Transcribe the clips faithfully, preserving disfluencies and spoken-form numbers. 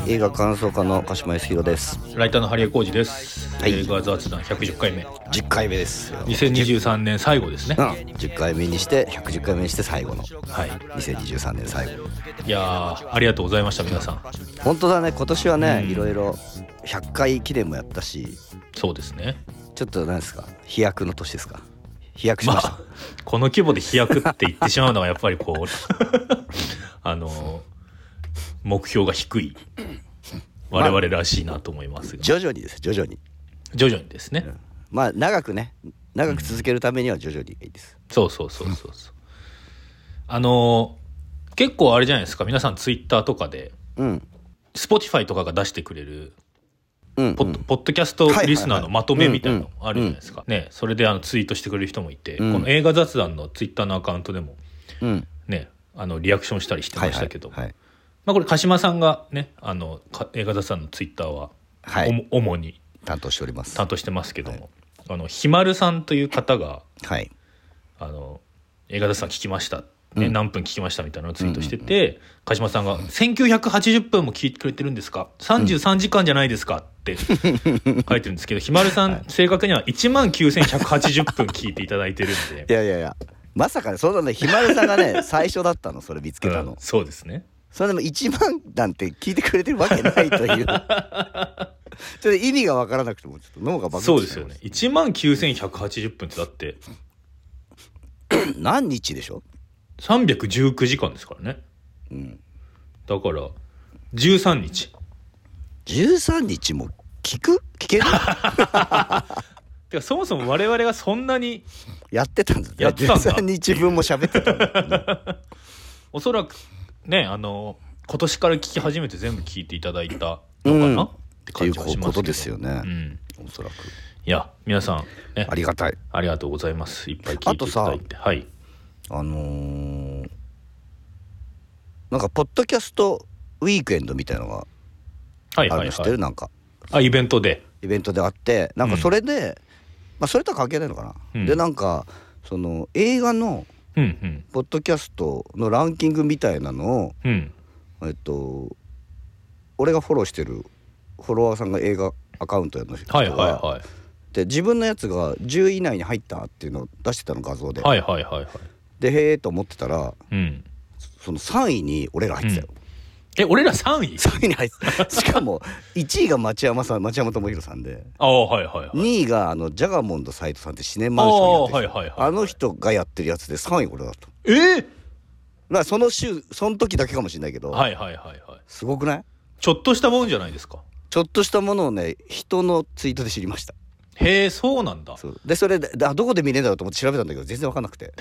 映画感想家の鹿島康弘です。 ライターのハリエコージです、 はい、 映画雑談ひゃくじゅっかいめじゅっかいめですよ。 にせんにじゅうさんねん最後ですね、 うん、じゅっかいめにしてひゃくじゅっかいめにして最後の、 はい、 にせんにじゅうさんねん最後。 いやーありがとうございました皆さん。 本当だね、今年はね、 うん、 いろいろひゃっかい記念もやったし。 そうですね、 ちょっと何ですか、飛躍の年ですか。飛躍しました、まあ、 この規模で飛躍って言ってしまうのはやっぱりこうあの目標が低い我々らしいなと思いますが、まあ、 徐々にです徐々に徐々にですね、 うん、まあ長くね長く続けるためには徐々にがいいです、 うん、そうそうそうそうそうあの結構あれじゃないですか、皆さんツイッターとかで、うん、Spotify とかが出してくれるうんうん、ポ, ッポッドキャストリスナーのまとめみたいなのあるじゃないですか、ね、それであのツイートしてくれる人もいて、うん、この映画雑談のツイッターのアカウントでも、うんね、あのリアクションしたりしてましたけども、はいはいはい、まあ、これ鹿島さんがねあの映画雑談のツイッターは、はい、主に担当しております担当してますけども、はい、あのひまるさんという方が、はい、あの映画雑談聞きましたね、うん、何分聞きましたみたいなのをツイートしてて、うんうんうん、鹿島さんがせんきゅうひゃくはちじゅっぷんも聞いてくれてるんですか、さんじゅうさんじかんじゃないですかって書いてるんですけど、ひまるさん、はい、正確にはいちまんきゅうせんひゃくはちじゅっぷん聞いていただいてるんでいやいやいや、まさかね、そんなね、ひまるさんがね最初だったの、それ見つけたの、うん、 そうですね。 それでもいちまんなんて聞いてくれてるわけないというちょっと意味が分からなくてもちょっと脳がバグってしまう。 そうですよね、いちまんきゅうせんひゃくはちじゅっぷんってだって何日でしょ、 さんびゃくじゅうくじかんですからね、うん、だからじゅうさんにちじゅうさんにちも聞く聞けるてかそもそも我々がそんなにやってたんだ、ね、 やってたんだじゅうさんにちぶんも喋ってたんだ、ね、 おそらくね、あの今年から聞き始めて全部聞いていただいたのかな、うん、って感じがしますけど、っていうことですよね、うん、おそらく。いや皆さん、ね、 ありがたい、 ありがとうございます。いっぱい聞いていただいて。はい、 あのー、なんかポッドキャストウィークエンドみたいなのがあるの知ってる、はいはいはい、なんかあイベントでイベントであって、なんかそれで、うん、まあ、それとは関係ないのかな、うん、でなんかその映画のポッドキャストのランキングみたいなのを、うん、えっと俺がフォローしてるフォロワーさんが映画アカウントやの人が、はいはいはい、で自分のやつがじゅうい以内に入ったっていうのを出してたの、画像で、はいはいはいはい、でへーと思ってたら、うん、そのさんいに俺ら入ってたよ、うん、 え俺らさんいさんいに入ってたしかもいちいが町山さん、町山智博さんで、 あ、はいはいはい、 にいがあのジャガモンド斎藤さんってシネマンションやってる、あ、はいはいはいはい、あの人がやってるやつでさんい俺だった。 えー、 まあその週その時だけかもしれないけど、はいはいはいはい、すごくない？ ちょっとしたもんじゃないですか。 ちょっとしたものをね、人のツイートで知りました。 へえ、そうなんだ。 そうでそれでどこで見れるんだろうと思って調べたんだけど全然分かんなくて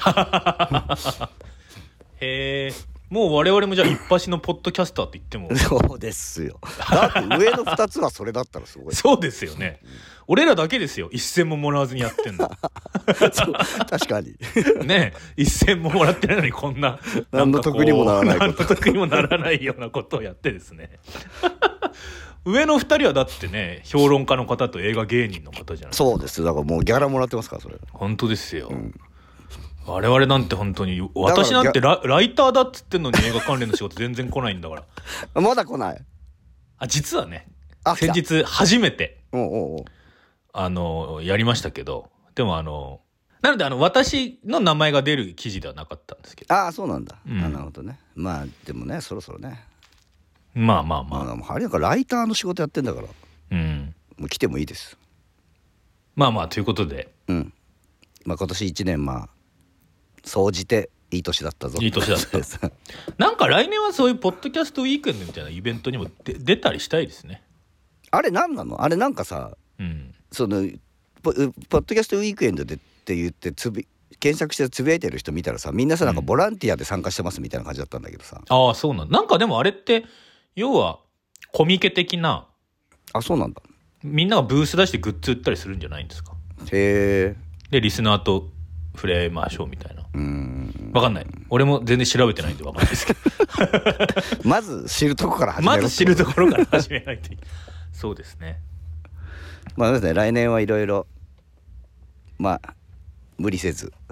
へえ、もう我々もじゃあ一発のポッドキャスターって言ってもそうですよ。だって上のふたつはそれだったらすごいそうですよね、うん、俺らだけですよ一銭ももらわずにやってんのそう確かにねえ、一銭ももらってないのにこんな何の得にもならないこと何の得にもならないようなことをやってですね上のふたりはだってね、評論家の方と映画芸人の方じゃないですか。 そうです、だからもうギャラもらってますからそれ。 本当ですよ、うん、我々なんて本当に、私なんて ラ, ライターだっつってんのに映画関連の仕事全然来ないんだからまだ来ない。 あ、実はね、先日初めておうおうおうあのやりましたけど、でもあのなのであの私の名前が出る記事ではなかったんですけど。 ああ、そうなんだ、うん、あ、なるほどね。まあでもね、そろそろね、 まあまあまあ、 まあ、もうハリーなんかライターの仕事やってんだから、うん、もう来てもいいです。 まあまあということで、うん、 まあ今年いちねん、まあ総じていい年だったぞ。 いい年だったなんか来年はそういうポッドキャストウィークエンドみたいなイベントにもで出たりしたいですね。 あれ何なの？あれなんかさ、うん、そのポ, ポッドキャストウィークエンドでって言ってつぶ検索してつぶやいてる人見たらさ、みんなさなんかボランティアで参加してますみたいな感じだったんだけどさ、うん、 ああそうなんだ。なんかでもあれって要はコミケ的な、 あ、そうなんだ、 みんながブース出してグッズ売ったりするんじゃないんですか。 へえ。 でリスナーと触れ合いましょうみたいな。うーん、分かんない、俺も全然調べてないんで分かんないですけどまず知るとこから始めろ。 まず知るところから始めないといいそうですね。 まあですね、来年はいろいろまあ無理せず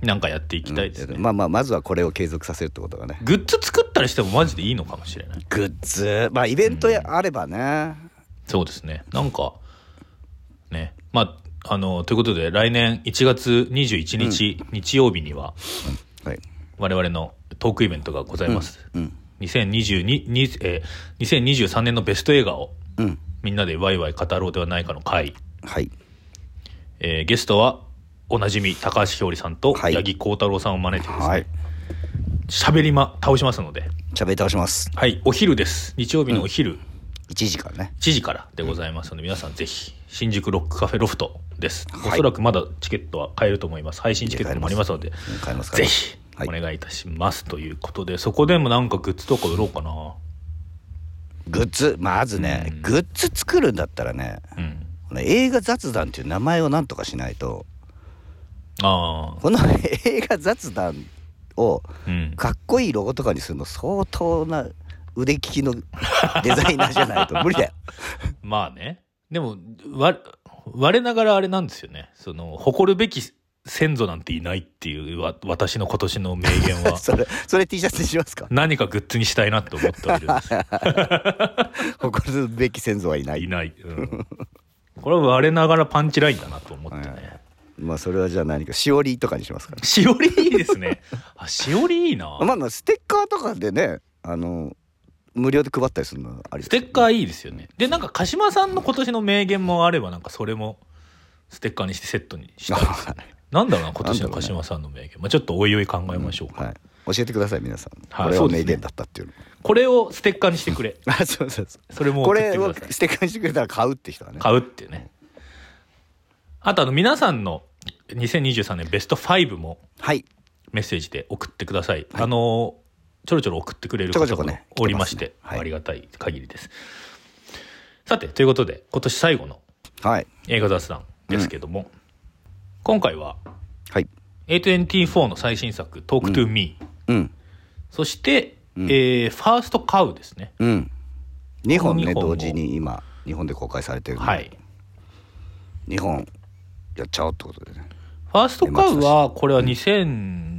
なんかやっていきたいですね、 うん、まあまあまずはこれを継続させるってことがね。 グッズ作ったりしてもマジでいいのかもしれない。 グッズまあイベントやあればね、うん、 そうですね。なんかね、まああのということで来年いちがつにじゅういちにち、うん、日曜日には、うん、はい、我々のトークイベントがございます、うんうん、にせんにじゅうに、えー、にせんにじゅうさんねんのベスト映画を、うん、みんなでワイワイ語ろうではないかの会、はい、えー、ゲストはおなじみ高橋ひょうりさんと八木幸太郎さんを招いてですね、しゃべりま倒しますので、 しゃべり倒します。 はい、お昼です。日曜日のお昼、うん、 いちじからね、 いちじからでございますので、うん、皆さんぜひ新宿ロックカフェロフトです、はい、おそらくまだチケットは買えると思います。配信チケットもありますので、ぜひお願いいたします、はい、ということで、そこでもなんかグッズとか売ろうかな。 グッズまずね、うん、グッズ作るんだったらね、うん、映画雑談っていう名前をなんとかしないと。あこの映画雑談をかっこいいロゴとかにするの相当な腕利きのデザイナーじゃないと無理だよまあね、でもわ我ながらあれなんですよね、その誇るべき先祖なんていないっていうわ私の今年の名言はそれそれ T シャツにしますか。 何かグッズにしたいなと思ってはいるんですよ誇るべき先祖はいないいない、うん、これは我ながらパンチラインだなと思ってね、はい、 まあそれはじゃあ何かしおりとかにしますから。 しおりいいですねあ、しおりいいな。 まあまあステッカーとかでね、あの無料で配ったりするのありです、ね、 ステッカーいいですよね。でなんか鹿島さんの今年の名言もあれば、なんかそれもステッカーにしてセットにしたいですねなんだろうな今年の鹿島さんの名言、ね、まあ、ちょっとおいおい考えましょうか、うん、はい、 教えてください皆さん、はい、これは名言だったっていうの、ね、 これをステッカーにしてくれあ、そうそうそう、 それも送ってください。 これをステッカーにしてくれたら買うって人はね、 買うってね。あとあの皆さんのにせんにじゅうさんねんベストフもメッセージで送ってください、はい、あのちょろちょろ送ってくれる方もおりまして、ね、はい、ありがたい限りです。さてということで今年最後の映画雑談ですけども、はい、うん、今回は、はい、エートゥエンティーフォー の最新作 Talk to Me、うんうん、そして、うん、えー、ファーストカウですね、うん、 にほんね同時に今日本で公開されてるので、はい、にほんやっちゃおうってことでね。 ファーストカウはこれはにせん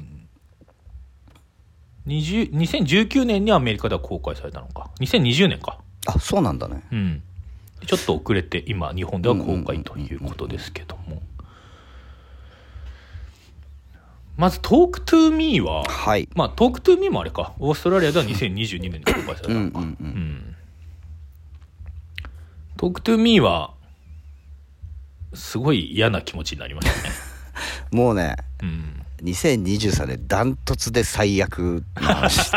にじゅう、にせんじゅうきゅうねんにアメリカでは公開されたのか、にせんにじゅうねんか。 あ、そうなんだね、 うん、ちょっと遅れて今日本では公開ということですけども、まず Talk to Me は、はい、まあ Talk to Me もあれか、オーストラリアではにせんにじゅうにねんに公開されたのか。うんうんうんうん、Talk to Me はすごい嫌な気持ちになりましたねもうね、うん、にせんにじゅうさんねんダントツで最悪な話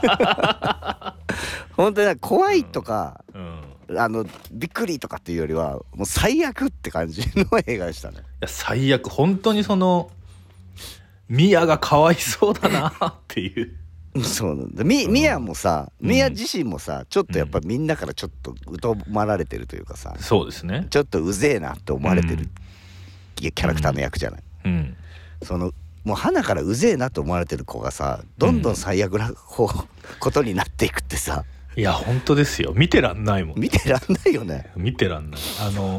本当に怖いとか、うんうん、あのびっくりとかっていうよりはもう最悪って感じの映画でしたね。いや最悪、本当にそのミヤがかわいそうだなっていうそうなんだ。ミヤもさ、ミヤ自身もさ、ちょっとやっぱみんなからちょっと疎まられてるというかさ、うん、 そうですね、 ちょっとうぜえなって思われてる、うん、キャラクターの役じゃない、うんうん、そのもう花からうぜえなと思われてる子がさ、どんどん最悪なことになっていくってさ、 いや本当ですよ、見てらんないもん。 見てらんないよね。 見てらんない。あの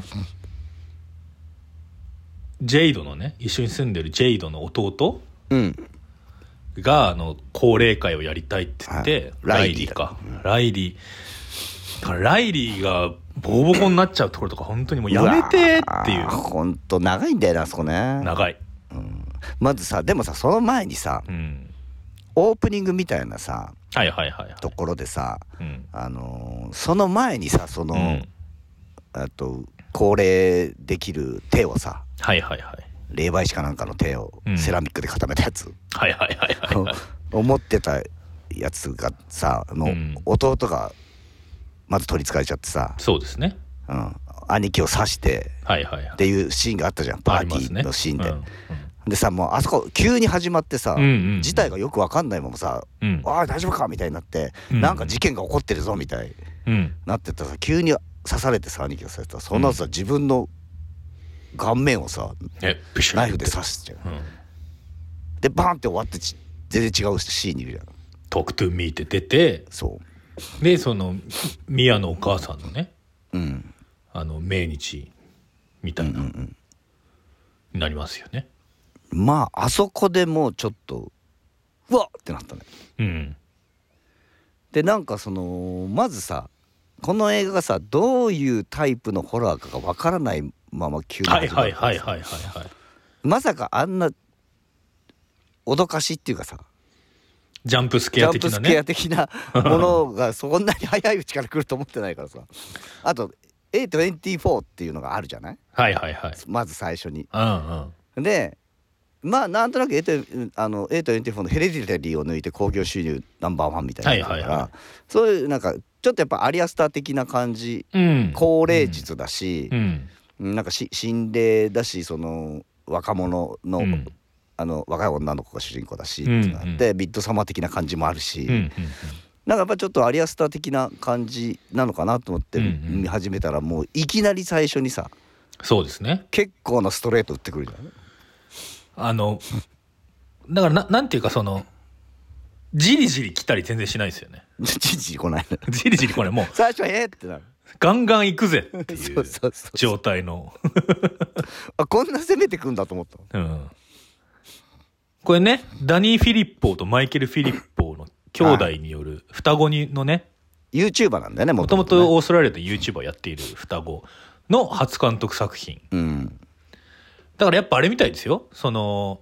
ジェイドのね、一緒に住んでるジェイドの弟、うん、があの高齢会をやりたいって言って、はい、ライリーか、うん、ライリーライリーがボコボコになっちゃうところとか本当にもうやめてっていう。 本当長いんだよなあそこね。 長い、 うん、まずさ、でもさその前にさ、うん、オープニングみたいなさ、はいはいはいはい、ところでさ、うん、あのー、その前にさ、その、うん、あと高齢できる手をさ、はいはいはい、霊媒師かなんかの手をセラミックで固めたやつ、うん、はいはいはいはい、はい、思ってたやつがさ、の、うん、弟がまず取り憑かれちゃってさ、 そうですね、 うん、兄貴を刺してっていうシーンがあったじゃん、パーティーのシーンで、うんうん、でさ、もうあそこ急に始まってさ、うんうんうん、事態がよく分かんないままさ、うん、ああ大丈夫かみたいになって、うん、なんか事件が起こってるぞみたいになってたらさ、急に刺されてさ、兄貴がされたら、その後さ、うん、自分の顔面をさナイフで刺しちゃう、うん、でバーンって終わって全然違うシーンにいるじゃん。 トークトゥーミーって出て、そうでそのミヤのお母さんのね、うん、あの命日みたいな、うんうんうん、になりますよね。 まああそこでもうちょっとうわっってなったね。 うん、 でなんかそのまずさこの映画がさどういうタイプのホラーかがわからないまま急に始まるからさ、 はいはいはいはいはいはい、 まさかあんな脅かしっていうかさジャンプスケア的なね、 ジャンプスケア的なものがそんなに早いうちから来ると思ってないからさ。あと エートゥエンティフォー っていうのがあるじゃない。 はいはいはい、 まず最初に、 うんうん、 でまあなんとなく エートゥエンティフォー のヘレディタリーを抜いて興行収入ナンバーワンみたいなから、はいはいはい、そういうなんかちょっとやっぱアリアスター的な感じ、うん、高齢術だし、うんうん、なんかし心霊だしその若者の、うんあの若い女の子が主人公だし、うんうん、ってなってミッドサマー的な感じもあるし、うんうんうん、なんかやっぱちょっとアリアスター的な感じなのかなと思って見始めたら、もういきなり最初にさ、 そうですね、 結構なストレート打ってくるじゃん。 あのだから な, なんていうかそのじりじり来たり全然しないですよね。 じりじり来ないじりじり来ない、もう最初はえーってなる、 ガンガン行くぜっていう状態のあこんな攻めてくんだと思った、うん、 これねダニー・フィリッポーとマイケル・フィリッポーの兄弟による双子にのね、 YouTuber なんだよね、 もともとオーストラリアで YouTuber やっている双子の初監督作品、うん、だからやっぱあれみたいですよ、その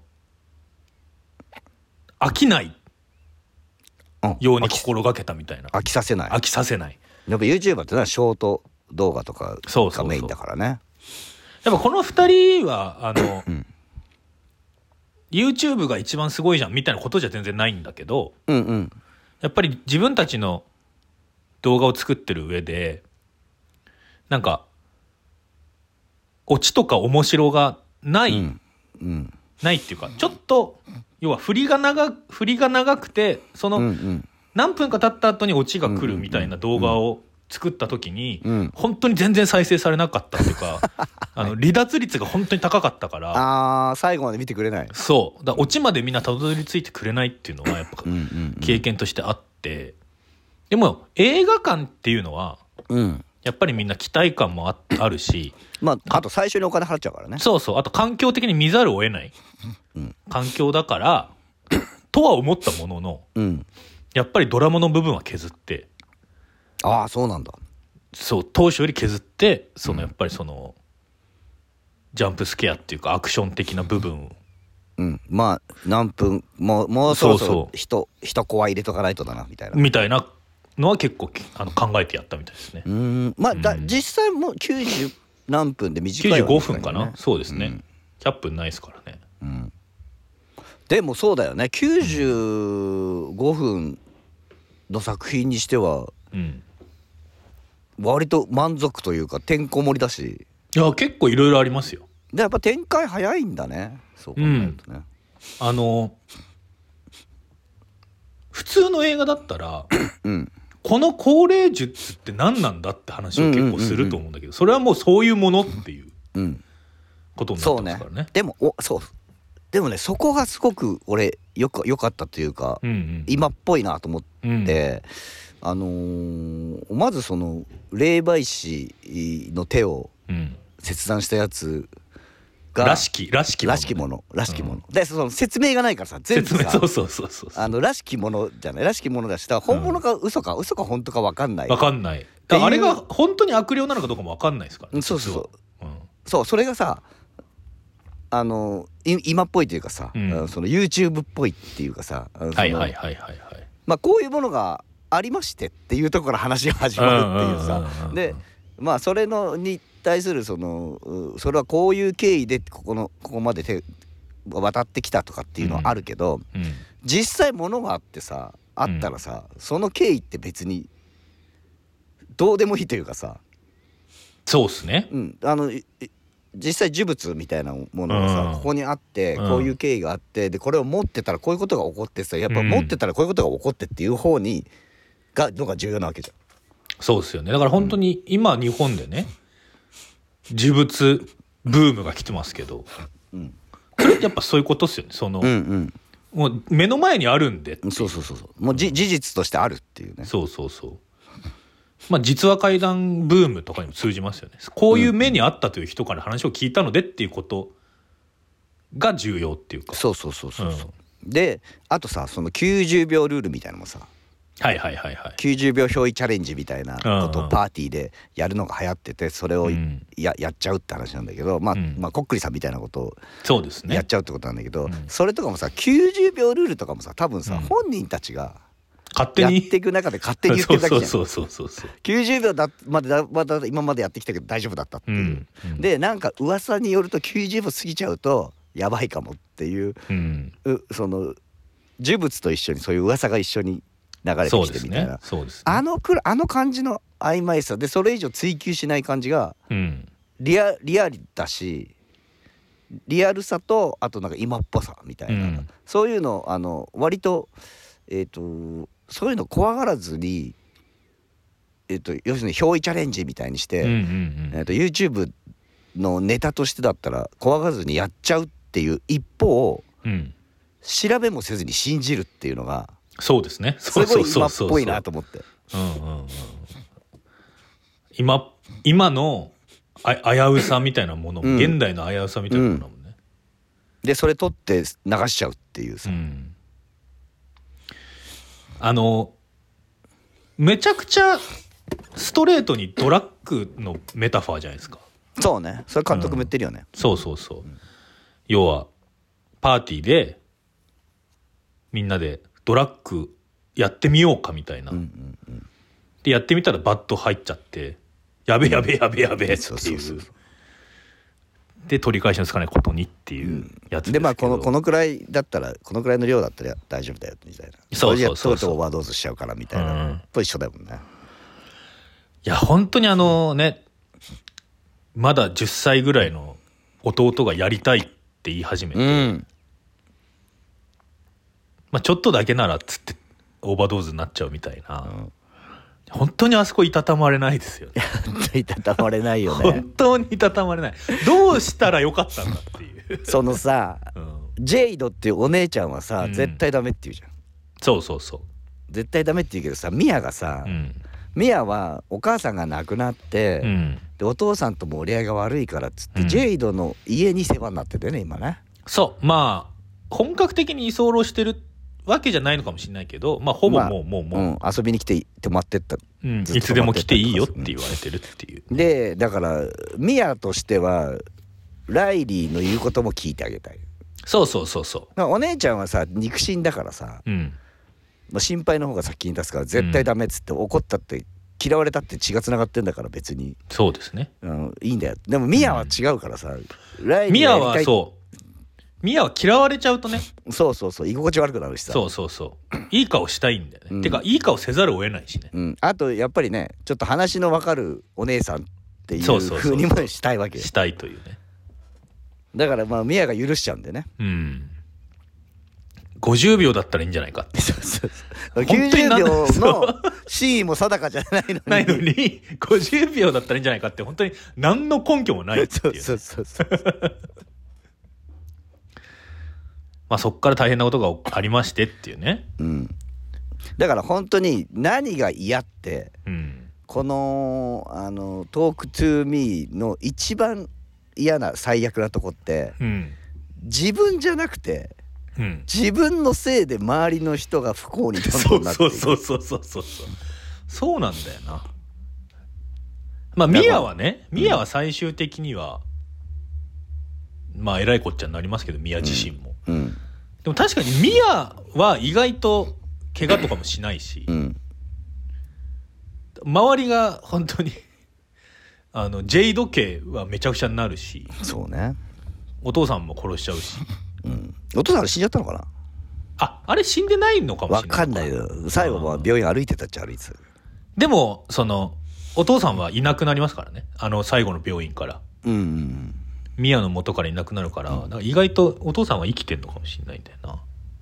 飽きないように心がけたみたいな、 飽きさせない飽きさせないやっぱ YouTuber ってのはショート動画とかがメインだからね。 やっぱこのふたりはあの、うん、YouTube が一番すごいじゃんみたいなことじゃ全然ないんだけど、うんうん、やっぱり自分たちの動画を作ってる上でなんかオチとか面白がない、うんうん、ないっていうか、ちょっと要は振りが長振りが長くてその、うんうん、何分か経った後にオチが来るみたいな動画を作った時に、うん、本当に全然再生されなかったっていうかあの離脱率が本当に高かったからあ最後まで見てくれない、 そうだオチまでみんなたどり着いてくれないっていうのはやっぱ経験としてあって、でも映画館っていうのは、うん、やっぱりみんな期待感も あ, あるしまああと最初にお金払っちゃうからね。 そうそう、あと環境的に見ざるを得ない、うん、環境だからとは思ったものの、うん、やっぱりドラマの部分は削って、 ああそうなんだ、 そう当初より削ってそのやっぱりその、うん、ジャンプスケアっていうかアクション的な部分、 うん、まあ何分もうもうそろそろ人一コア入れとかないとだなみたいなみたいなのは結構あの考えてやったみたいですね。 うんまあだ、うん、実際もうきゅうじゅう何分で短いわけきゅうじゅうごふんかな、そうですね、うん、ひゃっぷんないですからね、うん、 でもそうだよねきゅうじゅうごふんの作品にしては、うん、割と満足というかてんこ盛りだし、 いや結構いろいろありますよ。 でやっぱ展開早いんだね、そう考えるとね、 うん、あの普通の映画だったら、うん、この高齢術って何なんだって話を結構すると思うんだけど、それはもうそういうものっていうことになってますからね、うん、ねでもおそうでもねそこがすごく俺よく良かったというか、うんうん、今っぽいなと思って、うん、あのー、まずその霊媒師の手を切断したやつがらしきらしきもの、ね、 らしきものらしきもの、うん、でその説明がないからさ全部さそうそうそうそうあのらしきものじゃないらしきものだし本物か嘘か、うん、嘘か本当か分かんない分かんないだからあれが本当に悪霊なのかどうかも分かんないですから、ね、 そうそうそう、うん、そうそれがさあの今っぽいというかさ、うん、その YouTube っぽいっていうかさはいはいはいはいはいまあこういうものがありましてっていうところから話が始まるっていうさでまあそれのに対するそのそれはこういう経緯でここのここまで手渡ってきたとかっていうのはあるけど、うんうん、実際物があってさあったらさ、うん、その経緯って別にどうでもいいというかさそうっすね、 うん、あの実際呪物みたいなものがさ、うん、ここにあってこういう経緯があってでこれを持ってたらこういうことが起こってさやっぱ持ってたらこういうことが起こってっていう方にがのが重要なわけじゃん。 そうですよね。だから本当に今日本でね、うん、呪物ブームが来てますけど、うん、それってやっぱそういうことですよね。その、うんうん、もう目の前にあるんで。 そうそうそうそう。もうじ事実としてあるっていうね。 そうそうそう。まあ実話怪談ブームとかにも通じますよね。こういう目にあったという人から話を聞いたのでっていうことが重要っていうか。 そうそうそうそうそう、うん、であとさそのきゅうじゅうびょうルールみたいなのもさ、 はいはいはいはい、 きゅうじゅうびょう憑依チャレンジみたいなことをパーティーでやるのが流行ってて、それを や,、うん、や, やっちゃうって話なんだけど、まあ、うん、まあこっくりさんみたいなことをやっちゃうってことなんだけど、 そ, ね、うん、それとかもさきゅうじゅうびょうルールとかもさ多分さ、うん、本人たちが勝手にやっていく中で勝手に言ってるだけじゃん。 そうそうそうそうそう、 きゅうじゅうびょうだまでだまだ今までやってきたけど大丈夫だったっていう、うんうん、でなんか噂によるときゅうじゅうびょう過ぎちゃうとやばいかもっていう、うん、その呪物と一緒にそういう噂が一緒に流れてきてみたいな、 そうですね、 あのくらあの感じの曖昧さでそれ以上追求しない感じが、うん、リアリアルだし、リアルさとあとなんか今っぽさみたいな、うん、そういうのあの割とえっ、ー、とそういうの怖がらずに、えー、と要するに憑依チャレンジみたいにして、うんうんうん、えー、と YouTube のネタとしてだったら怖がらずにやっちゃうっていう一方、うん、調べもせずに信じるっていうのがそうですね、 すごい今っぽいなと思って、 うんうんうん、今今のあ危うさみたいなものも、うん、現代の危うさみたいなものもね、うん、 でそれ取って流しちゃうっていうさ、うん、 あのめちゃくちゃストレートにドラッグのメタファーじゃないですか。 そうね、それ監督も言ってるよね、 うん、そうそうそう、うん、要はパーティーでみんなでドラッグやってみようかみたいな、うんうんうん、でやってみたらバット入っちゃってやべやべやべやべっていう、そうそうそうそう、で取り返しのつかないことにっていうやつですけど、うん、でまあこのこのくらいだったらこのくらいの量だったら大丈夫だよみたいな、 そうそうそうそう、オーバードーズしちゃうからみたいな、うん、と一緒だもんね。 いや本当にあのね、まだじゅっさいぐらいの弟がやりたいって言い始めて、うん、まあ、ちょっとだけならっつってオーバードーズになっちゃうみたいな、うん、本当にあそこいたたまれないですよね。 いたたまれないよね。 本当にいたたまれない。どうしたらよかったんだっていうそのさ、うん、ジェイドっていうお姉ちゃんはさ、うん、絶対ダメって言うじゃん。 そうそうそう、 絶対ダメって言うけどさ、ミヤがさ、うん、ミヤはお母さんが亡くなって、うん、でお父さんとも折り合いが悪いからっつって、うん、ジェイドの家に世話になっててね今ね。 そうまあ本格的に居候してるわけじゃないのかもしれないけど、まあほぼもう、まあ、もうもう、うん、 遊びに来て泊まってった、 うん、いつでも来ていいよって言われてるっていう、 うん、でだからミヤとしてはライリーの言うことも聞いてあげたい。 そうそうそうそう、 お姉ちゃんはさ肉親だからさ、うん、まあ、心配の方が先に立つから絶対ダメっつって、うん、怒ったって嫌われたって血がつながってんだから別にそうですね、 うん、いいんだよ。でもミヤは違うからさ、 うん、ライリーミヤはそうミヤは嫌われちゃうとね、 そうそうそう居心地悪くなるしさ、 そうそうそういい顔したいんだよね、うん、てかいい顔せざるを得ないしね、 うん、あとやっぱりねちょっと話の分かるお姉さんっていう風にもしたいわけよ。 したいというね。 だからまあミヤが許しちゃうんでね、うん、 ごじゅうびょうだったらいいんじゃないかってそうそうそうきゅうじゅうびょうの真意も定かじゃないのにないのにごじゅうびょうだったらいいんじゃないかって本当に何の根拠もないっていう、ね、そうそうそうそうまあそっから大変なことがありましてっていうね、 うん、だから本当に何が嫌って、うん、このあのトークトゥーミーの一番嫌な最悪なとこって、うん、自分じゃなくて、うん、自分のせいで周りの人が不幸にどんどんなっていく。 そうそうそうそうそうそうそうなんだよな。まあミヤはね、ミヤは最終的には、うん、まあえらいこっちゃになりますけどミヤ自身も、うんうん、でも確かにミヤは意外と怪我とかもしないし、うん、周りが本当にあのジェイド家はめちゃくちゃになるし、 そうね、 お父さんも殺しちゃうし、 うん、お父さん死んじゃったのかな。 あ、あれ死んでないのかもしれない。 わかんないよ。最後は病院歩いてたっちゃ歩いてた。 でもそのお父さんはいなくなりますからね、あの最後の病院から、うんうん、ミヤの元からいなくなるから、うん、だから意外とお父さんは生きてんのかもしれないんだよな。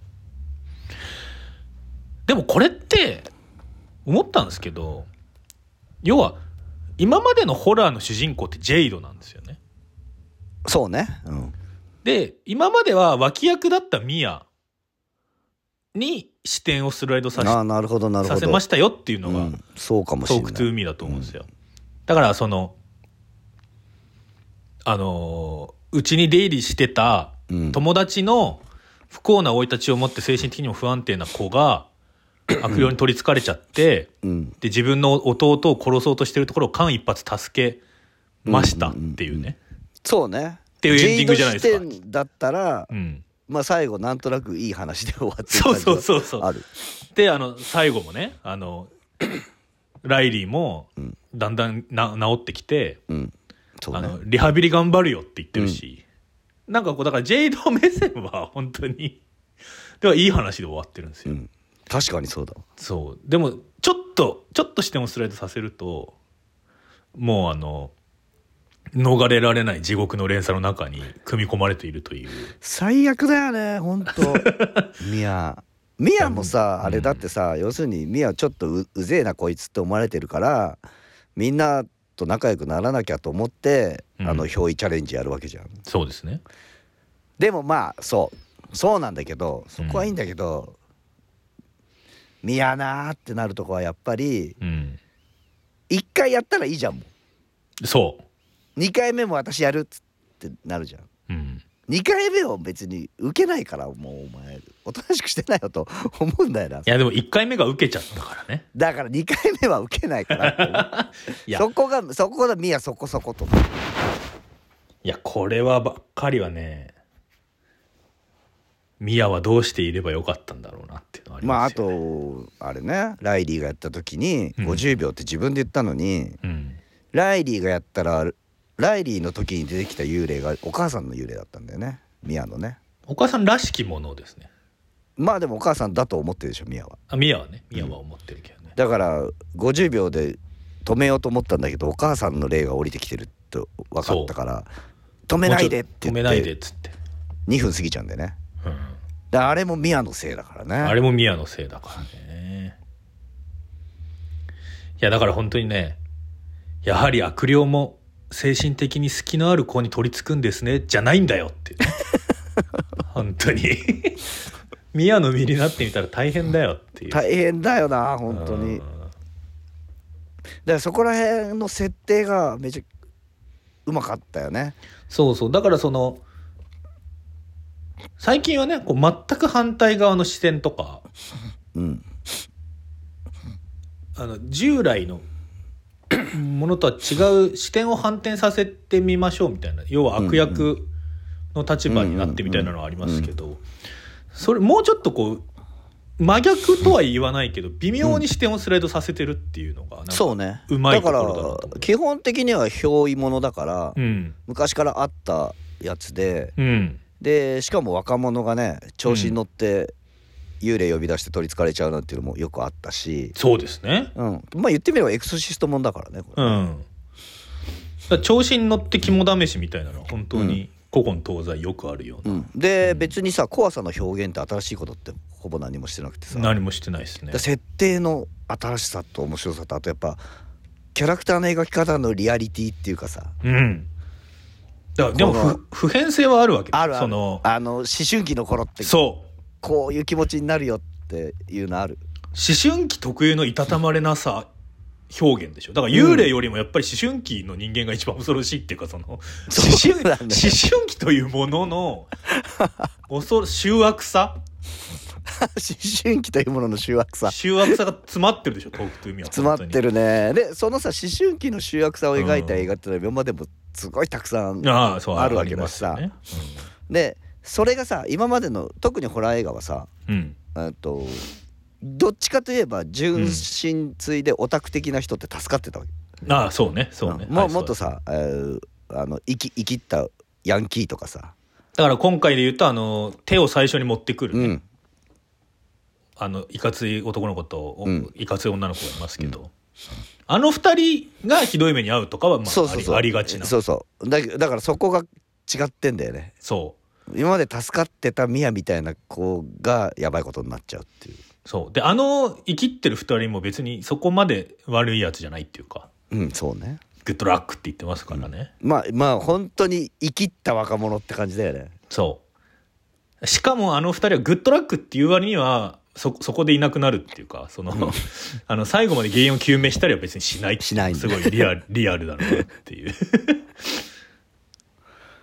でもこれって思ったんですけど、要は今までのホラーの主人公ってジェイドなんですよね。 そうね、うん、で今までは脇役だったミヤに視点をスライドさせ、 あ、なるほどなるほど、 させましたよっていうのが、うん、 そうかもしれない、 トークトゥーミーだと思うんですよ、うん、だからそのあのうちに出入りしてたうん、友達の不幸な生い立ちを持って精神的にも不安定な子が悪霊に取りつかれちゃって、うん、で自分の弟を殺そうとしてるところを間一髪助けましたっていうね、うんうんうん、 そうねっていうエンディングじゃないですか。 ジェイド視点だったら、うん、まあ最後なんとなくいい話で終わってる感じがある。そうそうそうそうであの最後もねあのライリーもだんだんな治ってきて、うんそうね、あのリハビリ頑張るよって言ってるし、うん、なんかこうだからジェイド目線は本当にではいい話で終わってるんですよ、うん、 確かにそうだ。 そうでもちょっとちょっと視点をスライドさせるともうあの逃れられない地獄の連鎖の中に組み込まれているという。 最悪だよね本当ミヤミヤもさあれだってさ、うん、要するにミヤちょっと う, うぜえなこいつって思われてるからみんなと仲良くならなきゃと思って、うん、あの憑依チャレンジやるわけじゃん。 そうですね。 でもまあそうそうなんだけどそこはいいんだけど、うん、ミヤなーってなるとこはやっぱり、うん、いっかいやったらいいじゃんもう。そうにかいめも私やるっつってなるじゃん、うん、にかいめを別に受けないからもうお前おとなしくしてないよと思うんだよな。いやでもいっかいめが受けちゃったからね。 だからにかいめは受けないからいやそこがそこがミヤそこそこといやこれはばっかりはねミヤはどうしていればよかったんだろうなっていうのはありますよね。 まああとあれねライリーがやった時にごじゅうびょうって自分で言ったのに、うん、ライリーがやったらライリーの時に出てきた幽霊がお母さんの幽霊だったんだよねミヤのね。 お母さんらしきものですね。 まあでもお母さんだと思ってるでしょミヤは。 あミヤはねミヤは思ってるけどね、 うん、だからごじゅうびょうで止めようと思ったんだけどお母さんの霊が降りてきてると分かったから止めないでって言って止めないでっつってにふん過ぎちゃうんだよね、うん、であれもミヤのせいだからね。 あれもミヤのせいだからね。いやだから本当にねやはり悪霊も精神的に隙のある子に取り付くんですねじゃないんだよっていう、ね、本当にミヤの身になってみたら大変だよっていう。 大変だよな本当に。だからそこら辺の設定がめちゃうまかったよね。 そうそうだからその最近はねこう全く反対側の視点とか、うん、あの従来のものとは違う視点を反転させてみましょうみたいな要は悪役の立場になってみたいなのはありますけどそれもうちょっとこう真逆とは言わないけど微妙に視点をスライドさせてるっていうのがなんかそうねうまいところだなと思う。 だから基本的には憑依物だから、うん、昔からあったやつで、うん、でしかも若者がね調子に乗って、うん幽霊呼び出して取りつかれちゃうなんていうのもよくあったし。 そうですね、 うん、まあ言ってみればエクソシストもんだからねこれ。うん、 だ調子に乗って肝試しみたいなのは本当に古今東西よくあるような、うん、 で、うん、別にさ怖さの表現って新しいことってほぼ何もしてなくてさ何もしてないですね。 設定の新しさと面白さとあとやっぱキャラクターの描き方のリアリティっていうかさ、うんだからでも普遍性はあるわけ。 あるある。 そのあの思春期の頃ってそうこういう気持ちになるよっていうのある。 思春期特有のいたたまれなさ表現でしょ。だから幽霊よりもやっぱり思春期の人間が一番恐ろしいっていうかその、うん、思, 春思春期というものの恐ろ醜悪さ思春期というものの醜悪さ醜悪さが詰まってるでしょトークトゥーミーは。 詰まってるね。でそのさ思春期の醜悪さを描いた映画ってのは今までもすごいたくさんあるわけだしさ、ねうん、でそれがさ今までの特にホラー映画はさ、うん、とどっちかといえば純真対でオタク的な人って助かってたわけ、 うん、ああそうねそうね、 うん、も, もっとさ、えー、あの生き生きったヤンキーとかさだから今回で言うとあの手を最初に持ってくる、ねうん、あのいかつい男の子と、うん、いかつい女の子がいますけど、うん、あの二人がひどい目に遭うとかはまあそうそうそう あ, りありがちなそうそうだだからそこが違ってんだよね。 そう今まで助かってたミヤみたいな子がやばいことになっちゃうっていう。 そうであの生きってる二人も別にそこまで悪いやつじゃないっていうかうんそうねグッドラックって言ってますからね、 うん、まあまあ本当に生きった若者って感じだよね。 そうしかもあの二人はグッドラックっていう割にはそ, そこでいなくなるっていうかその、うん、あの最後まで原因を究明したりは別にしないっていうしないすごいリアルリアルだなっていう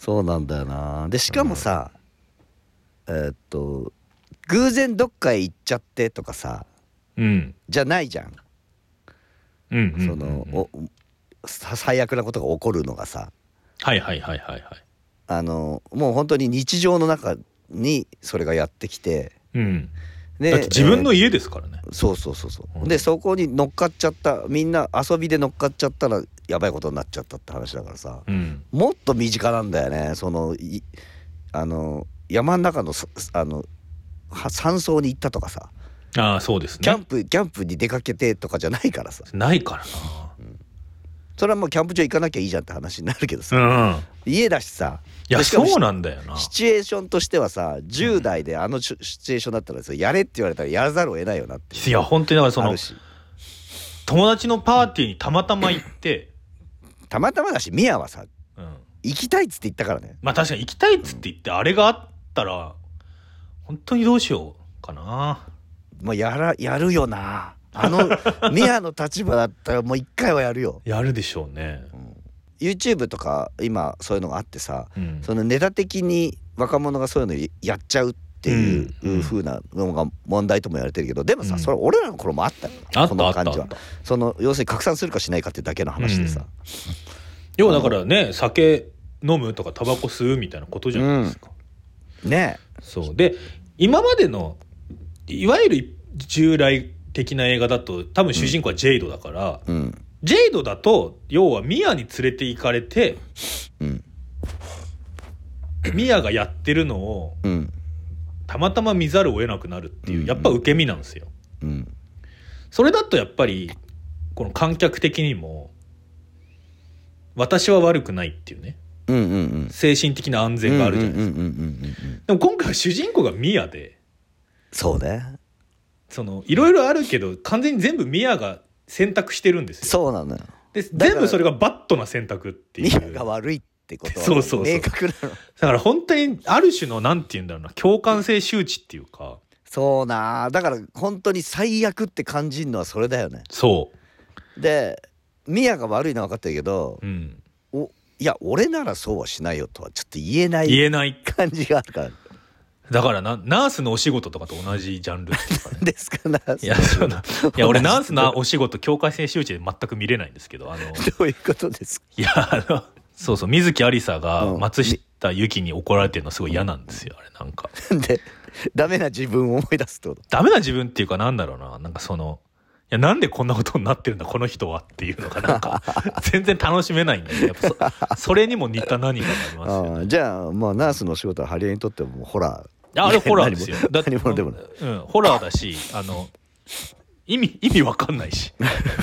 そうなんだよな。でしかもさ、うん、えー、っと偶然どっかへ行っちゃってとかさ、うん、じゃないじゃん。うんうんうんうん、そのお最悪なことが起こるのがさ、 はいはいはいはいはい、 あのもう本当に日常の中にそれがやってきて、うん、 でだって自分の家ですからね、 えー、そうそうそうそう、うん、でそこに乗っかっちゃった、みんな遊びで乗っかっちゃったらやばいことになっちゃったって話だからさ、うん、もっと身近なんだよね。そのいあの山の中のあの山荘に行ったとかさ、 ああそうですね、 キャンプキャンプに出かけてとかじゃないからさ、 ないからな、 うん、それはもうキャンプ場行かなきゃいいじゃんって話になるけどさ、うん、家だしさ、 いやそうなんだよな。 シチュエーションとしてはさ、じゅう代であのシチュエーションだったらさ、やれって言われたらやらざるを得ないよなって。 いや本当にだからその友達のパーティーにたまたま行ってたまたまだし、ミヤはさ、うん、行きたいっつって言ったからね。 まあ確かに行きたいっつって言って、うん、あれがあったら本当にどうしようかな。 もうやらやるよな。あのミヤの立場だったらもう一回はやるよ。 やるでしょうね、うん、 YouTube とか今そういうのがあってさ、うん、そのネタ的に若者がそういうのやっちゃうっていう風なのが問題とも言われてるけど、でもさ、うん、それ俺らの頃もあったよ、 あったこの感じは。その要するに拡散するかしないかっていうだけの話でさ、うん、 要はだからね、酒飲むとかタバコ吸うみたいなことじゃないですか、 うん、ね。 そうで今までのいわゆる従来的な映画だと多分主人公はジェイドだから、うん、ジェイドだと要はミヤに連れて行かれて、うん、ミヤがやってるのを、うん、たまたま見ざるを得なくなるっていう、うん、やっぱ受け身なんですよ、うん、それだとやっぱりこの観客的にも私は悪くないっていうね、うんうんうん、精神的な安全があるじゃないですか。でも今回は主人公がミヤで、 そうね、 そのいろいろあるけど完全に全部ミヤが選択してるんですよ。 そうなのよ。 で全部それがバッドな選択っていう。 ミヤが悪いってことは明確なの。 だから本当にある種のなんて言うんだろうな、共感性周知っていうか。 そうな、だから本当に最悪って感じるのはそれだよね。 そうでミヤが悪いのは分かってるけど、うん、おいや俺ならそうはしないよとはちょっと言えない言えない感じがあるから。 だからなナースのお仕事とかと同じジャンルっていうかね。 ですかナース。 いやそのいや俺ナースのお仕事境界線周知で全く見れないんですけど、あのどういうことですか。 いやあのそうそう水木有沙が松下由紀に怒られてるのすごい嫌なんですよ、あれなんか。 でダメな自分を思い出すってこと。 ダメな自分っていうかなんだろうな、なんかそのいやなんでこんなことになってるんだこの人はっていうのがなんか全然楽しめないんで、やっぱ そ, それにも似た何かがありますよね。 あじゃあまあナースの仕事はハリエにとってもホラー。 あれホラーですよ。 だって何もでもない、 うん、ホラーだし、あの意味意味わかんないし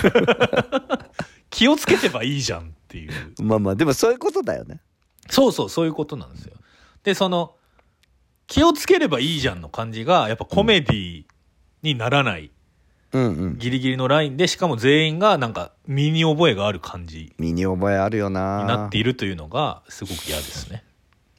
気をつけてばいいじゃんっていう。 まあまあでもそういうことだよね。 そうそうそういうことなんですよ。でその気をつければいいじゃんの感じがやっぱコメディにならない、うんうん、ギリギリのラインで、しかも全員がなんか身に覚えがある感じ身に覚えあるよなになっているというのがすごく嫌ですね。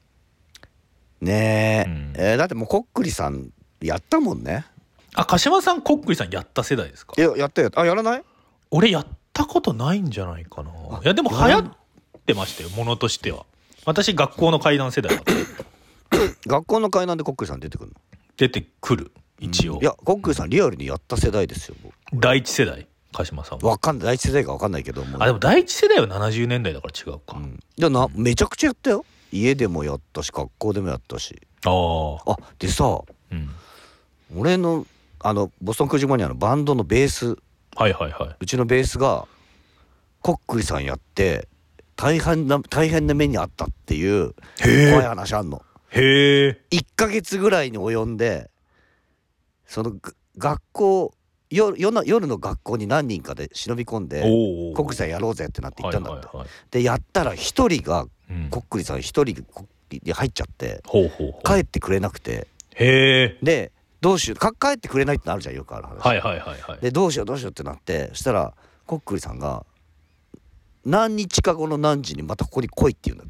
ねえ、うん、えー、だってもうこっくりさんやったもんね。 あ、鹿島さんこっくりさんやった世代ですか。 いややったよ。あやらない。 俺やったことないんじゃないかな。いやでも流行ってましたよ、ものとしては。私学校の怪談世代だった学校の怪談でこっくりさん出てくるの。 出てくる一応、うん、 いやこっくりさんリアルにやった世代ですよ。 第一世代鹿島さんは。 わかんない、第一世代かわかんないけども。 あでも第一世代はななじゅうねんだいだから違うか、うん、 でな、めちゃくちゃやったよ。家でもやったし学校でもやったし。ああでさ、うん、俺のあのボストンクジモニアのバンドのベース、 はいはいはい、 うちのベースがこっくりさんやって大変な大変な目にあったっていう怖い話あんの。 へえ。 いっかげつぐらいに及んで、その学校 夜, 夜, 夜の学校に何人かで忍び込んでこっくりさんやろうぜってなって行ったんだって、はいはいはい、でやったら一人が、うん、こっくりさん一人で入っちゃって、ほうほうほう、帰ってくれなくて、へー、でどうしようか、帰ってくれないってなるじゃん、よくある話、 はいはいはいはい、 でどうしようどうしようってなって、そしたらこっくりさんが何日か後の何時にまたここに来いって言うんだって。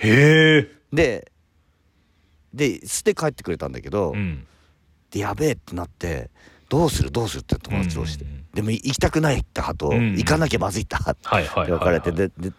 へー。でで捨て帰ってくれたんだけど、うん、でやべえってなって、どうするどうするって友達同士で、うんうんうん、でも行きたくないって派と、うんうん、行かなきゃまずいって派って分かれて、でで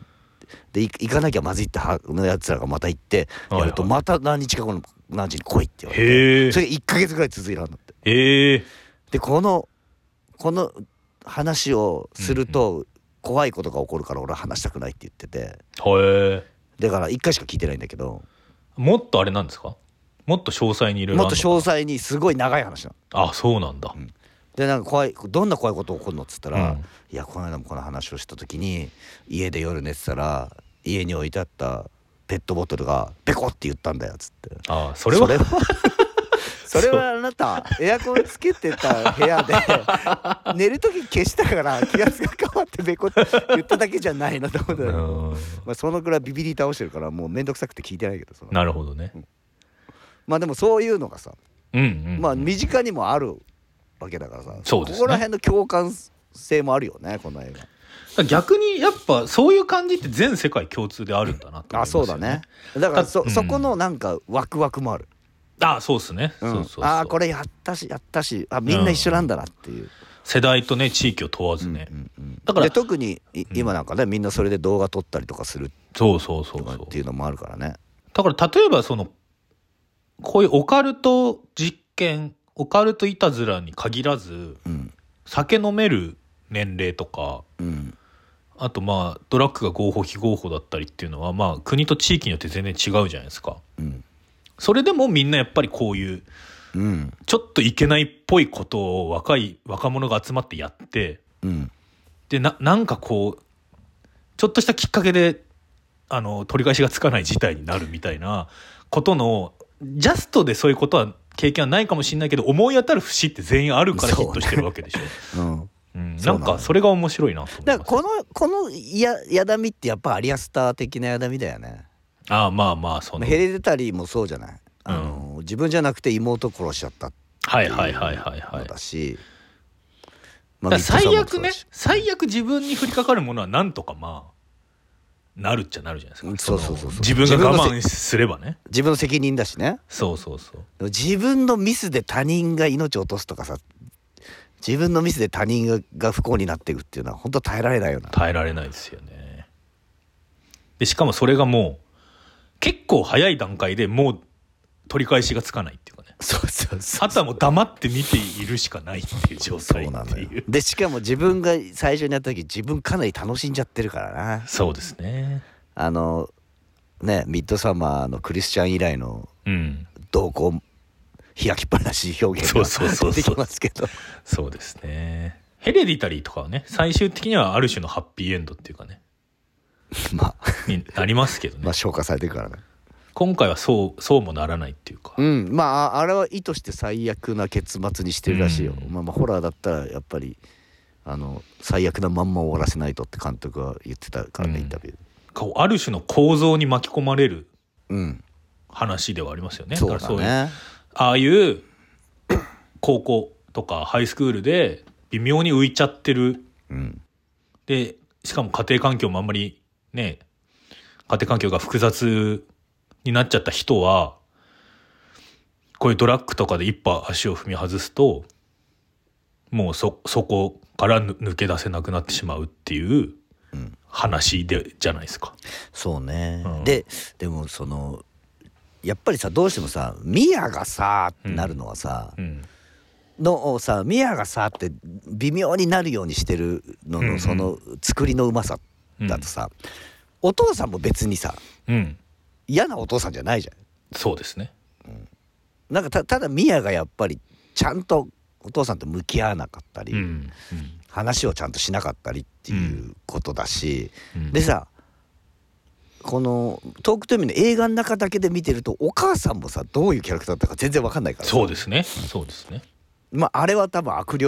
で行かなきゃまずいってのやつらがまた行ってやると、また何日か後の何時に来いって言われて、それいっかげつぐらい続いたんだって。 へー。 でこのこの話をすると怖いことが起こるから俺は話したくないって言ってて、 へー。 だからいっかいしか聞いてないんだけど、 もっとあれなんですか？もっと詳細にいろいろもっと詳細にすごい長い話なの。あ、そうなんだ、うん、 でなんか怖い、どんな怖いこと起こるのっつったら、うん、いやこの間もこの話をした時に家で夜寝てたら家に置いてあったペットボトルがペコって言ったんだよっつって。 ああ、それはそれはそれはあなたエアコンつけてた部屋で寝る時消したから気圧が変わってペコって言っただけじゃないのと思ったけどまあそのくらいビビり倒してるからもうめんどくさくて聞いてないけど。そのなるほどね、うん、 まあでもそういうのがさ、 うんうんうん、 まあ身近にもあるわけだからさ、 そうですね、 ここら辺の共感性もあるよねこの映画。逆にやっぱそういう感じって全世界共通であるんだなと思いますよね。 あ、そうだね。だから そ,、うん、そこのなんかワクワクもある。 あ、そうですね、うん、そうそうそう、 あこれやったしやったし、あみんな一緒なんだなっていう、うん、 世代とね地域を問わずね、うんうんうん、 だからで特に今なんかね、みんなそれで動画撮ったりとかするそうそうそうそうっていうのもあるからね。 だから例えばそのこういうオカルト実験、オカルトいたずらに限らず、うん、酒飲める年齢とか、うん、あとまあドラッグが合法非合法だったりっていうのはまあ国と地域によって全然違うじゃないですか、うん、それでもみんなやっぱりこういう、うん、ちょっといけないっぽいことを若い若者が集まってやって、うん、で な, なんかこうちょっとしたきっかけであの取り返しがつかない事態になるみたいなことのジャストでそういうことは経験はないかもしれないけど思い当たる節って全員あるからヒットしてるわけでしょ。う、ねうんうん、なんかそれが面白いなと思います。 だからこのこのややだみってやっぱアリアスター的なやだみだよね。 ああまあまあそのヘレデタリーもそうじゃない、あの、うん、自分じゃなくて妹殺しちゃったっていうのだし、 まあ、最悪ね最悪自分に降りかかるものはなんとかまあなるっちゃなるじゃないですか。そうそうそうそう、自分が我慢すればね、 自分の責任だしね。 そうそうそう。 自分のミスで他人が命を落とすとかさ、自分のミスで他人 が, が不幸になっていくっていうのは本当耐えられないよな。 耐えられないですよね。でしかもそれがもう結構早い段階でもう取り返しがつかないっていうかね。 そうそうそう、 あとはもう黙って見ているしかないっていう状態っていう。そうなのよ。 でしかも自分が最初にやった時自分かなり楽しんじゃってるからな。 そうですね。 あのねミッドサマーのクリスチャン以来の動向、うん、開きっぱなし表現が出てきますけど。 そうですね。ヘレディタリーとかはね最終的にはある種のハッピーエンドっていうかねまあになりますけどね。 まあ消化されてるからね。 今回はそうそうもならないっていうか、 うん、まああれは意図して最悪な結末にしてるらしいよ、うん、まあまあホラーだったらやっぱりあの最悪なまんま終わらせないとって監督は言ってたからね、うん、インタビュー。 ある種の構造に巻き込まれる話ではありますよね、うん、 そうだね。 ああいう高校とかハイスクールで微妙に浮いちゃってる、うん、でしかも家庭環境もあんまりね家庭環境が複雑になっちゃった人はこういうドラッグとかで一歩足を踏み外すともう そ, そこから抜け出せなくなってしまうっていう話で、うん、じゃないですか。 そうね、うん、ででもそのやっぱりさどうしてもさミヤがさってなるのはさ、うんうんのをさミヤがさって微妙になるようにしてるののその作りのうまさだとさ、うん、お父さんも別にさ、うん、嫌なお父さんじゃないじゃん。 そうですね、 うん、なんか た, ただミヤがやっぱりちゃんとお父さんと向き合わなかったり、うんうん、話をちゃんとしなかったりっていうことだし、うん、でさこのトークトゥーミーの映画の中だけで見てるとお母さんもさどういうキャラクターだったか全然わかんないから。 そうですねそうですね。 まああれは多分悪霊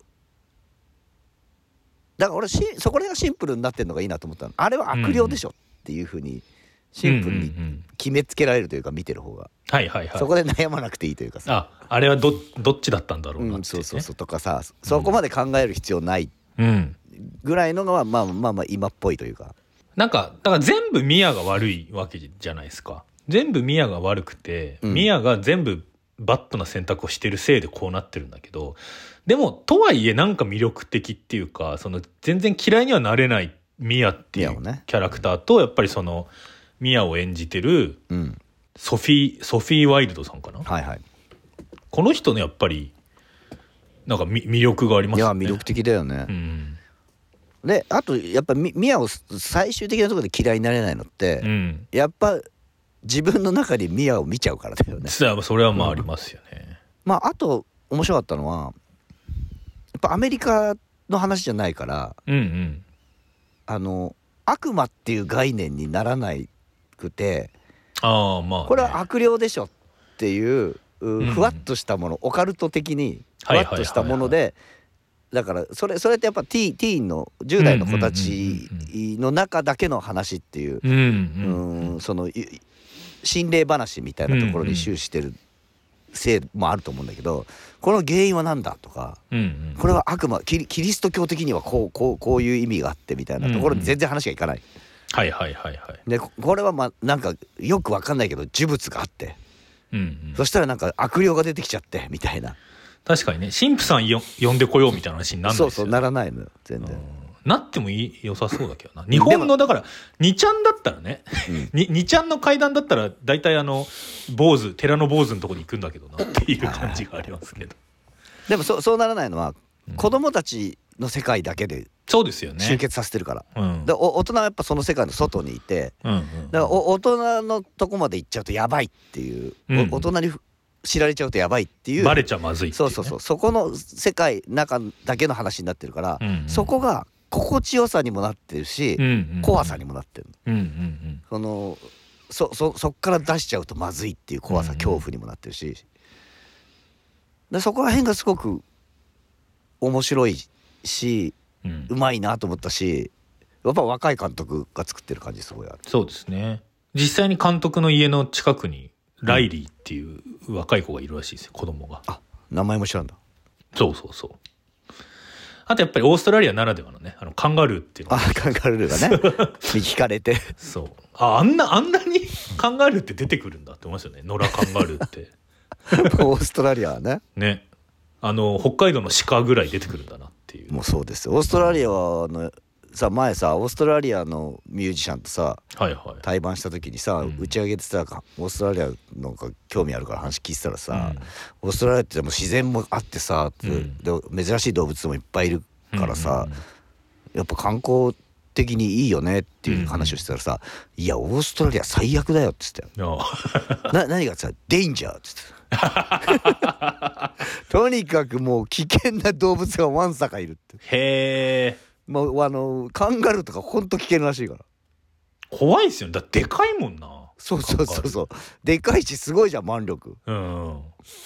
だから俺しそこら辺がシンプルになってるのがいいなと思ったの。あれは悪霊でしょっていう風にシンプルに決めつけられるというか見てる方が、 はいはいはい、 そこで悩まなくていいというかさ、 ああれは ど, どっちだったんだろうなって、ねうん、 そうそうそうとかさそこまで考える必要ないぐらいのがまあまあまあ今っぽいというか、 なんかだから全部ミヤが悪いわけじゃないですか。全部ミヤが悪くて、うん、ミヤが全部バッドな選択をしてるせいでこうなってるんだけど、でもとはいえなんか魅力的っていうかその全然嫌いにはなれないっミアっていうキャラクターとやっぱりそのミアを演じてるソフィーソフィー・ワイルドさんかな、 はいはい、 この人ねやっぱりなんか魅力がありますよね。 いや魅力的だよね、 うん、 であとやっぱミアを最終的なところで嫌いになれないのって、うん、やっぱ自分の中にミアを見ちゃうからだよね。 それはまあありますよね、うん、 まああと面白かったのはやっぱアメリカの話じゃないから、うんうん、あの悪魔っていう概念にならなくて、 あ、まあね、 これは悪霊でしょっていうふわっとしたもの、うん、オカルト的にふわっとしたもので、だからそれそれってやっぱティー、ティーンのじゅう代の子たちの中だけの話っていう、うんうんうん、その心霊話みたいなところに終始してるせいもあると思うんだけど、この原因は何だとか、うんうん、これは悪魔 キリ、キリスト教的にはこうこうこういう意味があってみたいなところに全然話がいかない、うんうん、 はいはいはいはい。 でこれはまあなんかよく分かんないけど呪物があって、うんうん、そしたらなんか悪霊が出てきちゃってみたいな。 確かにね、神父さんよ呼んでこようみたいな話にならないですよね。 そうそうならないのよ全然。 なってもいい良さそうだけどな。日本のだからにちゃんだったらね、うん、にちゃんの階段だったら大体あの坊主寺の坊主のとこに行くんだけどなっていう感じがありますけど。 でも そ, そうならないのは、うん、子供たちの世界だけでそうですよね集結させてるから、 うん、 で大人はやっぱその世界の外にいて、うんうんうん、だから大人のとこまで行っちゃうとやばいっていう、うん、大人に知られちゃうとやばいっていう、 バレちゃまずいっていう、ね、 そうそうそう、そこの世界中だけの話になってるから、うんうん、そこが心地よさにもなってるし、うんうんうん、怖さにもなってる、うんうんうん、その そ, そ, そっから出しちゃうとまずいっていう怖さ、うんうん、恐怖にもなってるし、でそこら辺がすごく面白いし、うん、うまいなと思ったし、やっぱ若い監督が作ってる感じすごいある。 そうですね。実際に監督の家の近くにライリーっていう若い子がいるらしいですよ、子供が。 あ、名前も知らんだ。 そうそうそう。あとやっぱりオーストラリアならではのね、あのカンガルーっていうのが、 あ、カンガルーがね引かれてそう、あ、あんなあんなにカンガルーって出てくるんだって思いますよね。野良カンガルーってオーストラリアはねね、あの北海道の鹿ぐらい出てくるんだなっていう。 もうそうですよ。オーストラリアのさ、前さオーストラリアのミュージシャンとさ、はいはい、対バンした時にさ、うん、打ち上げてさ、オーストラリアの興味あるから話聞いてたらさ、うん、オーストラリアってもう自然もあってさ、うん、で珍しい動物もいっぱいいるからさ、うんうんうん、やっぱ観光的にいいよねっていう話をしてたらさ、うんうん、いやオーストラリア最悪だよって言ってたよな何がさ、デインジャーって言ってたとにかくもう危険な動物がわんさかいるって。 へー、 もうあのカンガルーとかほんと危険らしいから。 怖いっすよね。だってでかいもんな。 そうそうそうそう、でかいしすごいじゃん腕力、うん、 も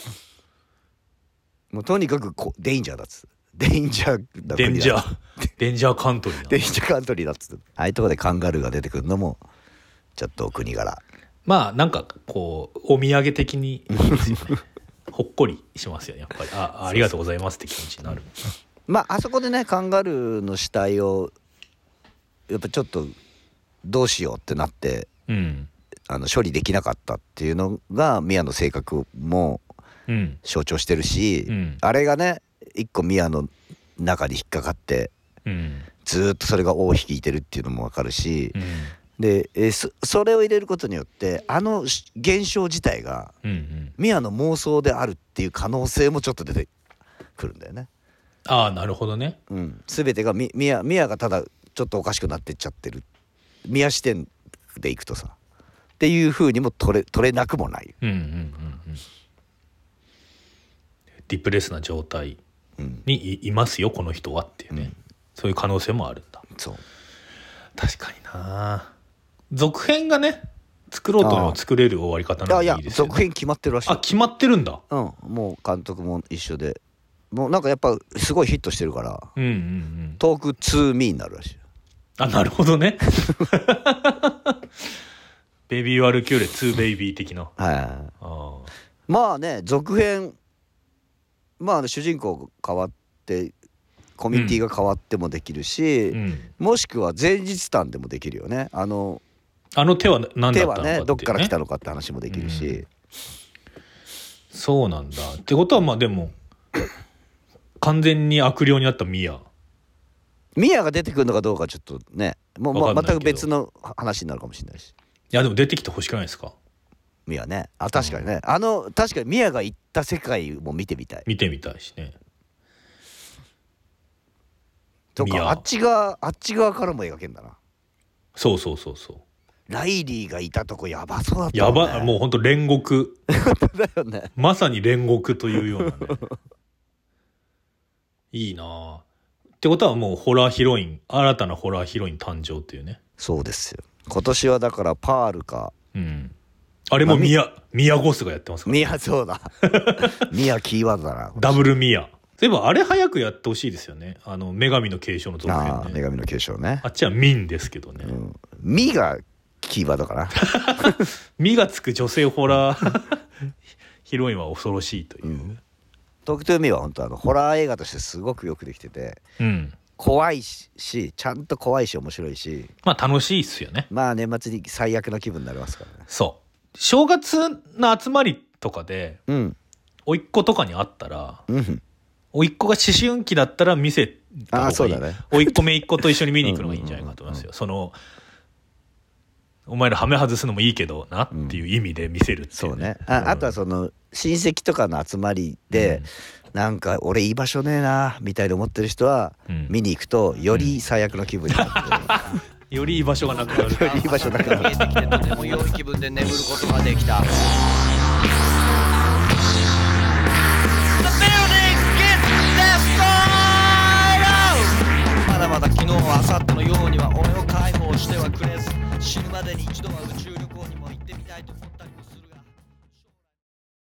うとにかくこデインジャーだっつって、デインジャーだデンジャーデンジャーカントリーなデンジャーカントリーだっつって、ああいうとこでカンガルーが出てくるのもちょっと国柄、 まあなんかこうお土産的にいいですよねほっこりしますよねやっぱり。 あ, ありがとうございますって気持ちになる。 まああそこでねカンガルーの死体をやっぱちょっとどうしようってなって、うん、あの処理できなかったっていうのがミアの性格も象徴してるし、うん、あれがね一個ミアの中に引っかかって、うん、ずっとそれが尾を引いてるっていうのも分かるし、うん、でえ そ, それを入れることによってあの現象自体が、うんうん、ミアの妄想であるっていう可能性もちょっと出てくるんだよね。 ああなるほどね、 うん、全てがミミアミアがただちょっとおかしくなってっちゃってる、ミア視点でいくとさっていう風にも取れ取れなくもない、うんうんうんうん、 ディプレスな状態に い,、うん、いますよこの人はっていうね、うん、そういう可能性もあるんだ。 そう確かにな。続編がね作ろうとも作れる終わり方なんでいいですよね。 いや続編決まってるらしい。 あ決まってるんだ。 うんもう監督も一緒でもうなんかやっぱすごいヒットしてるから、うんうんうん、トーク ツーミー になるらしい。 あなるほどねベイビーワルキューレツーベイビー的な、はい、 あまあね続編まあ主人公変わってコミュニティが変わってもできるし、うん、もしくは前日談でもできるよね。あのあの手は何だったのかっていう、ね、 手はねどっから来たのかって話もできるし、うん、 そうなんだってことはまあでも完全に悪霊になったミアミヤが出てくるのかどうかちょっとね、もうもう全く別の話になるかもしれないし。いやでも出てきてほしくないですか、 ミヤね。あ、確かにね、あの確かにミヤが行った世界も見てみたい。 見てみたいしね。 とかあっち側あっち側からも描けんだな。 そうそうそうそう。 ライリーがいたとこやばそうだったもんね。 やば、もうほんと煉獄だよね。 まさに煉獄というようなねいいなぁ。ってことはもうホラーヒロイン、新たなホラーヒロイン誕生っていうね。 そうですよ。今年はだからパールか、 うん、あれもミヤ、ミヤゴスがやってますから、 ね、ミヤ、そうだミヤキーワードだな。 ダブルミヤ。そういえばあれ早くやってほしいですよね。あの女神の継承の続編ね。 ああ、女神の継承ね。 あっちはミンですけどね、うん、 ミがキーワードかなミがつく女性ホラーヒロインは恐ろしいという、うん、 トークトゥーミーは本当あのホラー映画としてすごくよくできてて、うん、怖いし、ちゃんと怖いし面白いし、 まあ楽しいっすよね。 まあ年末に最悪な気分になりますからね。 そう正月の集まりとかで、うん、甥っ子とかに会ったら、うん、甥っ子が思春期だったら見せた方がいい。あ、そうだね。甥っ子姪っ子と一緒に見に行くのがいいんじゃないかと思いますよ。そのお前らハメ外すのもいいけどなっていう意味で見せるっていう、ね、 そうね。あ、あとはその親戚とかの集まりで、うん、なんか俺いい場所ねえなみたいに思ってる人は、うん、見に行くとより最悪な気分になって、 うん、よりいい場所がなくなる。 よりいい場所なくなる。見えてきてとても良い気分で眠ることができた。まだまだ昨日は明後日のようには俺を解放してはくれず、死ぬまでに一度は宇宙旅行にも行ってみたいと思って